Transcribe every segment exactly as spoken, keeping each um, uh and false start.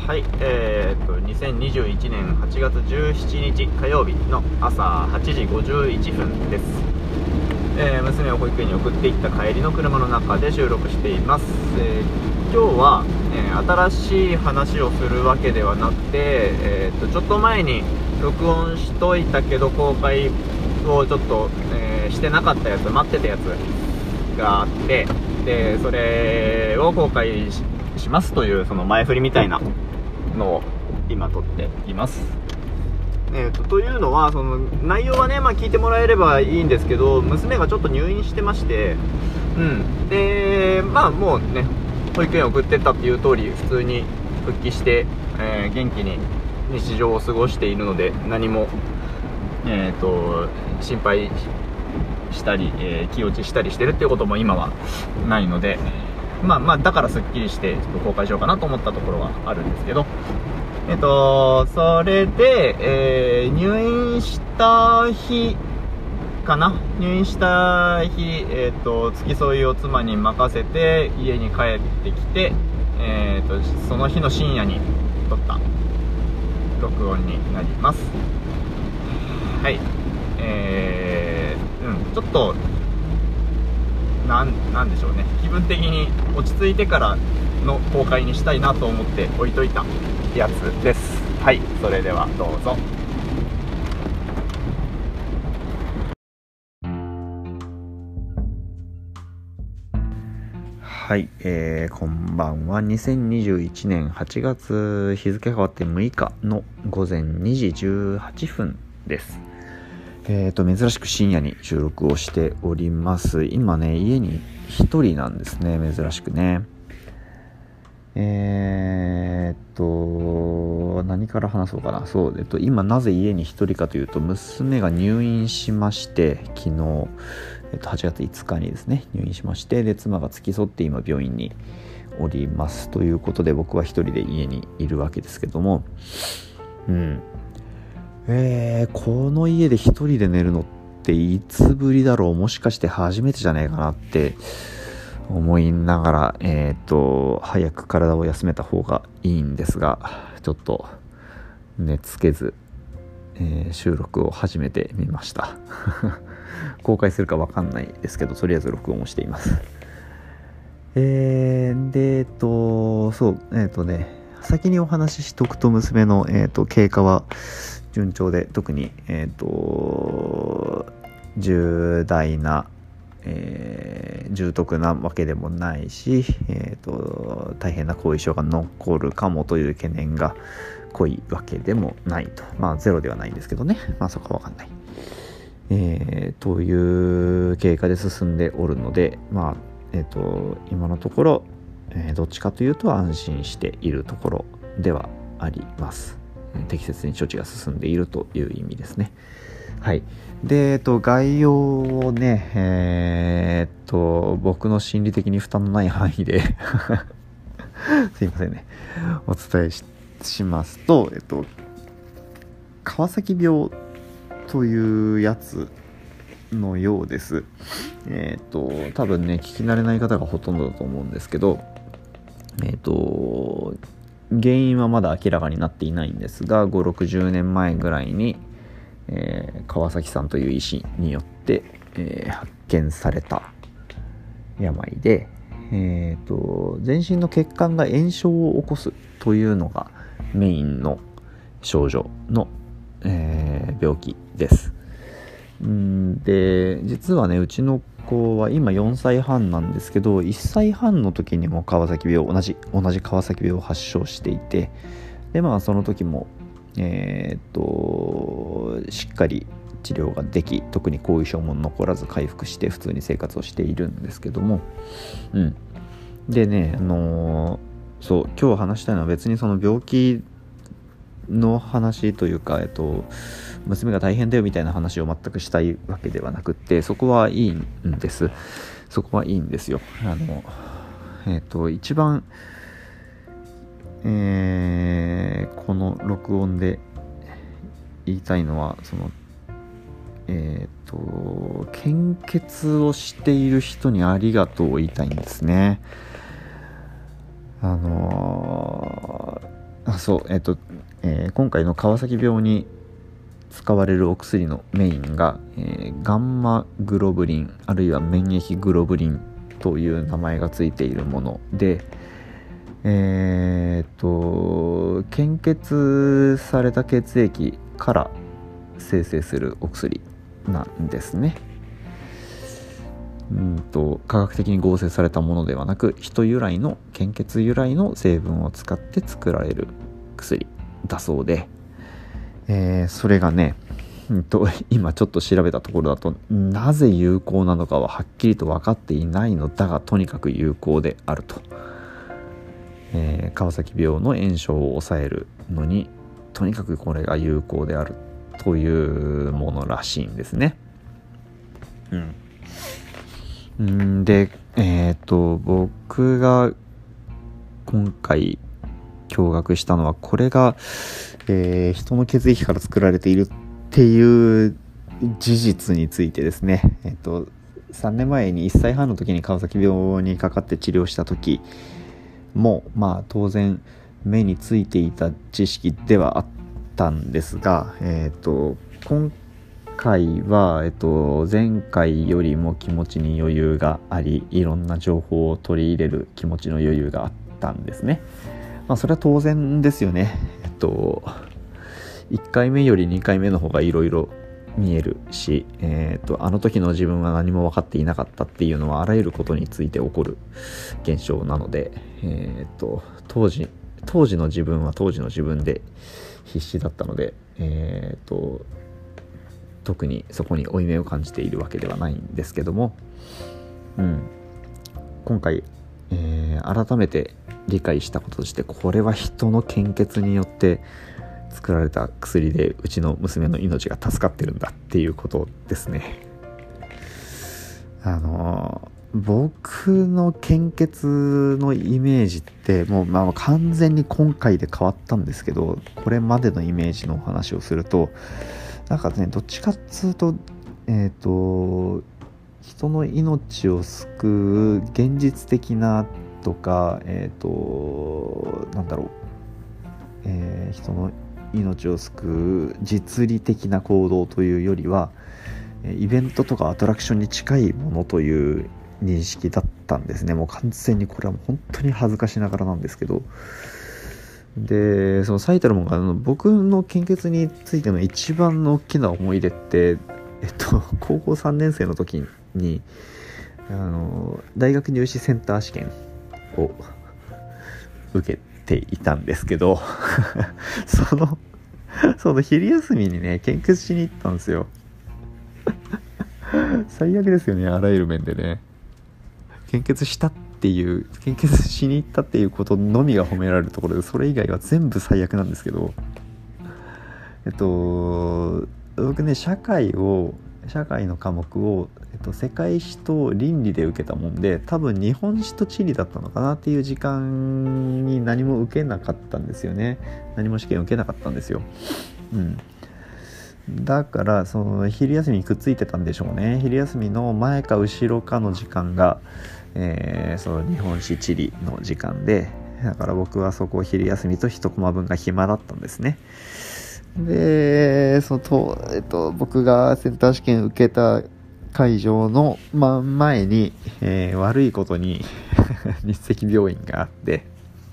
はい、えー、っとにせんにじゅういちねんはちがつじゅうしちにち火曜日の朝はちじごじゅういちふんです。えー、娘を保育園に送っていった帰りの車の中で収録しています。えー、今日は、えー、新しい話をするわけではなくて、えー、っとちょっと前に録音しといたけど公開をちょっと、えー、してなかったやつ、待ってたやつがあって、でそれを公開 し, しますというその前振りみたいなのを今撮っています。えー、と, というのはその内容はね、まあ、聞いてもらえればいいんですけど、娘がちょっと入院してまして、うん、でまあもうね保育園送ってったっていう通り普通に復帰して、えー、元気に日常を過ごしているので、何も、えー、と心配したり、えー、気落ちしたりしてるっていうことも今はないので、まあまあだからすっきりしてちょっと公開しようかなと思ったところはあるんですけど、えっとそれで、えー、入院した日かな入院した日、えっと付き添いを妻に任せて家に帰ってきて、えー、とその日の深夜に撮った録音になります。はい、えー、うん、ちょっとなん、なんでしょうね、気分的に落ち着いてからの公開にしたいなと思って置いといたやつです。はい、それではどうぞ。はい、えー、こんばんは。にせんにじゅういちねんはちがつ、日付変わってむいかのごぜんにじじゅうはっぷんです。えーと珍しく深夜に収録をしております。今ね家に一人なんですね、珍しくね。えーと何から話そうかな。そう、えっと、今なぜ家に一人かというと、娘が入院しまして、昨日、えっと、はちがついつかにですね入院しまして、で妻が付き添って今病院におりますということで、僕は一人で家にいるわけですけども、うんえー、この家で一人で寝るのっていつぶりだろう、もしかして初めてじゃないかなって思いながら、えーと早く体を休めた方がいいんですが、ちょっと寝つけず、えー、収録を始めてみました公開するか分かんないですけど、とりあえず録音をしています。えー、でえっとそうえっ、ー、とね先にお話ししとくと、娘の、えーと経過は順調で、特に、えー、と重大な、えー、重篤なわけでもないし、えー、と大変な後遺症が残るかもという懸念が濃いわけでもないと。まあゼロではないんですけどね、まあそこは分かんない、えー、という経過で進んでおるので、まあえー、と今のところ、えー、どっちかというと安心しているところではあります。適切に処置が進んでいるという意味ですね。はい。で、えっと、概要をね、えー、っと、僕の心理的に負担のない範囲ですいませんね、お伝え し, しますと、えっと、川崎病というやつのようです。えー、っと、多分ね、聞き慣れない方がほとんどだと思うんですけど、えー、っと、原因はまだ明らかになっていないんですが、ごじゅうろくじゅうねんまえぐらいに、えー、川崎さんという医師によって、えー、発見された病で、えー、と全身の血管が炎症を起こすというのがメインの症状の、えー、病気です。んで実はね、うちの子は今よんさいはんなんですけど、いっさいはんの時にも川崎病同じ同じ川崎病を発症していて、でまあその時もえー、っとしっかり治療ができ、特に後遺症も残らず回復して普通に生活をしているんですけども、うんでねあのー、そう今日話したいのは別にその病気の話というか、えっと娘が大変だよみたいな話を全くしたいわけではなくって、そこはいいんですそこはいいんですよ。あのえっと一番えー、この録音で言いたいのは、そのえっと献血をしている人にありがとうを言いたいんですね。あのー、 あそうえっ、と、えー今回の川崎病に使われるお薬のメインが、えーガンマグロブリンあるいは免疫グロブリンという名前がついているもので、えー、と献血された血液から生成するお薬なんですね。うんと科学的に合成されたものではなく、人由来の献血由来の成分を使って作られる薬だそうで、えーそれがね、うんと今ちょっと調べたところだと、なぜ有効なのかははっきりと分かっていないのだが、とにかく有効であると。えー川崎病の炎症を抑えるのにとにかくこれが有効であるというものらしいんですね。うんんでえっ、と僕が今回驚愕したのは、これが、えー人の血液から作られているっていう事実についてですね。えっ、とさんねんまえにいっさいはんの時に川崎病にかかって治療した時も、まあ当然目についていた知識ではあったんですが、えっ、と今回は、えっと、前回よりも気持ちに余裕があり、いろんな情報を取り入れる気持ちの余裕があったんですね。まあそれは当然ですよね。えっといっかいめよりにかいめの方がいろいろ見えるし、えー、とあの時の自分は何も分かっていなかったっていうのはあらゆることについて起こる現象なので、えー、と当時当時の自分は当時の自分で必死だったので、えー、と特にそこに負い目を感じているわけではないんですけども、うん、今回、えー改めて理解したこととして、これは人の献血によって作られた薬でうちの娘の命が助かってるんだっていうことですね。あの僕の献血のイメージってもう、まあ、完全に今回で変わったんですけど、これまでのイメージのお話をすると、なんかね、どっちかっつうとえっ、と人の命を救う現実的なとか、えっ、となんだろう、えー人の命を救う実利的な行動というよりは、イベントとかアトラクションに近いものという認識だったんですね。もう完全にこれはもう本当に恥ずかしながらなんですけど、でその最たるものが、あの僕の献血についての一番の大きな思い出って、えっと高校さんねん生の時にあの大学入試センター試験を受けていたんですけどそのその昼休みにね献血しに行ったんですよ。最悪ですよね、あらゆる面でね。献血したっていう献血しに行ったっていうことのみが褒められるところで、それ以外は全部最悪なんですけど、えっと僕ね社会を社会の科目を、えっと、世界史と倫理で受けたもんで、多分日本史と地理だったのかなっていう時間に何も受けなかったんですよね。何も試験受けなかったんですよ。うんだからその昼休みにくっついてたんでしょうね。昼休みの前か後ろかの時間が、えー、その日本史地理の時間で、だから僕はそこを昼休みと一コマ分が暇だったんですね。でそのと、えっと、僕がセンター試験受けた会場の真ん前に、えー悪いことに日赤病院があって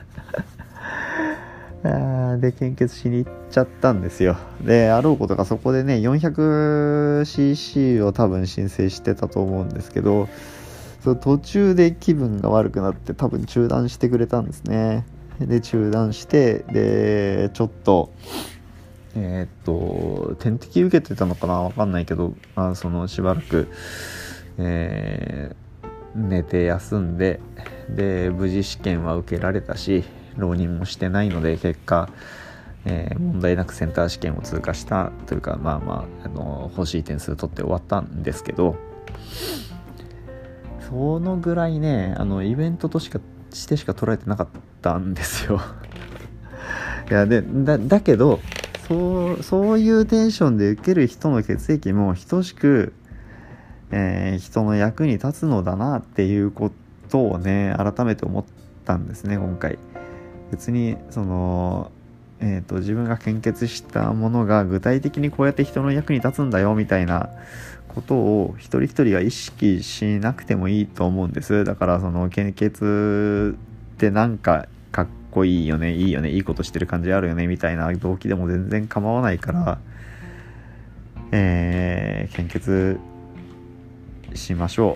あーで献血しに行っちゃったんですよ。であろうことかそこでね よんひゃくシーシー を多分申請してたと思うんですけど、その途中で気分が悪くなって多分中断してくれたんですね。で中断してでちょっとえーっと点滴受けてたのかな、わかんないけど、まあ、そのしばらく、えー寝て休んで、で無事試験は受けられたし浪人もしてないので、結果、えー問題なくセンター試験を通過したというか、まあまあ、あの欲しい点数取って終わったんですけど、そのぐらいね、あのイベントとしかしてしか捉えてなかったんですよ。いやで だ, だけどそうそういうテンションで受ける人の血液も等しく、えー人の役に立つのだなっていうことをね改めて思ったんですね今回。別にそのえーと、自分が献血したものが具体的にこうやって人の役に立つんだよみたいなことを一人一人が意識しなくてもいいと思うんです。だからその献血ってなんかかっこいいよね、いいよね、いいことしてる感じあるよねみたいな動機でも全然構わないから、えー、献血しましょ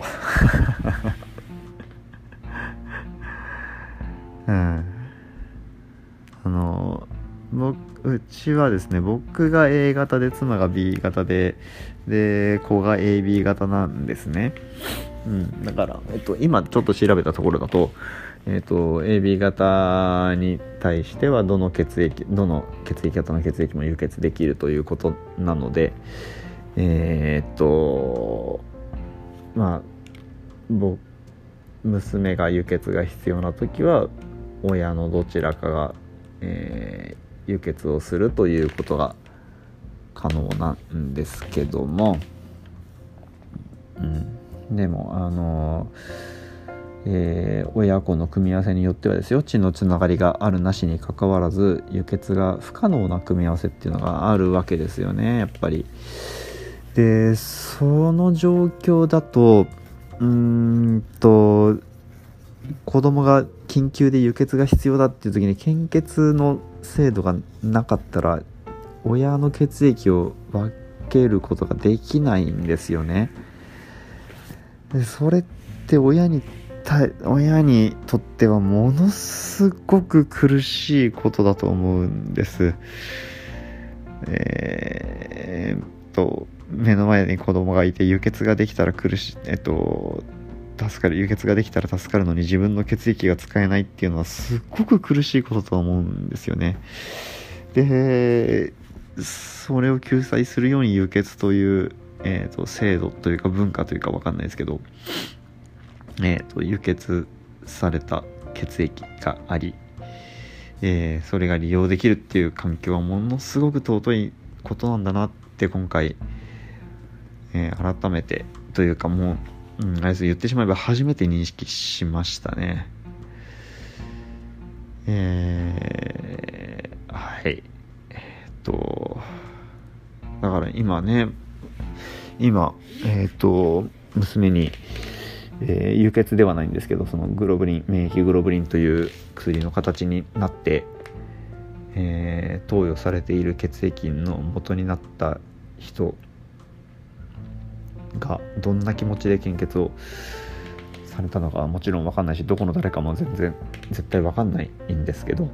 う。うん、あの僕うちはですね、僕が A 型で妻が B 型でで子が エービー 型なんですね。うん、だから、えっと、今ちょっと調べたところだと、えっと、エービー 型に対してはどの血液どの血液型の血液も輸血できるということなので、えー、っとまあ僕娘が輸血が必要な時は親のどちらかが、えー、輸血をするということが可能なんですけども、うん、でもあの、えー、親子の組み合わせによってはですよ、血のつながりがあるなしにかかわらず輸血が不可能な組み合わせっていうのがあるわけですよね、やっぱり。でその状況だとうーんと子供が緊急で輸血が必要だっていう時に献血の制度がなかったら親の血液を分けることができないんですよね。でそれって親に親にとってはものすごく苦しいことだと思うんです。えー、っと目の前に子供がいて輸血ができたら苦しい、えっと助かる輸血ができたら助かるのに自分の血液が使えないっていうのはすっごく苦しいことだと思うんですよね。でそれを救済するように輸血という、えー、と制度というか文化というか分かんないですけど、えー、と輸血された血液があり、えー、それが利用できるっていう環境はものすごく尊いことなんだなって今回、えー、改めてというかもう、うん、あれです、言ってしまえば初めて認識しましたね。えー、はいえー、っとだから今ね今えー、っと娘に、えー、輸血ではないんですけど、そのグロブリン免疫グロブリンという薬の形になって、えー、投与されている血液の元になった人がどんな気持ちで献血をされたのかはもちろん分かんないし、どこの誰かも全然絶対分かんないんですけど、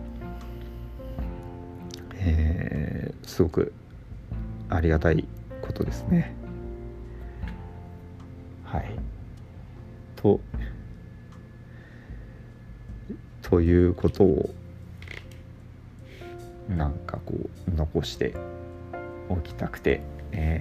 えー、すごくありがたいことですね。はいとということをなんかこう残しておきたくて、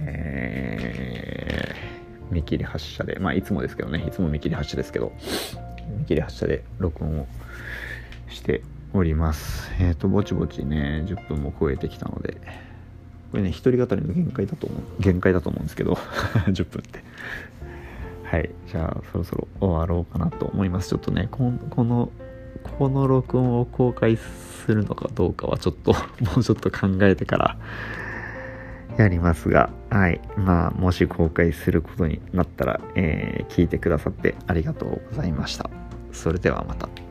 えー、見切り発車で、まあいつもですけどねいつも見切り発車ですけど見切り発車で録音をしております。えーとぼちぼちねじゅっぷんも超えてきたので、これね一人語りの限界だと思う限界だと思うんですけどじゅっぷんってはい、じゃあそろそろ終わろうかなと思います。ちょっとねここのこの録音を公開するのかどうかはちょっともうちょっと考えてからやりますが、はい、まあもし公開することになったら、えー、聞いてくださってありがとうございました。それではまた。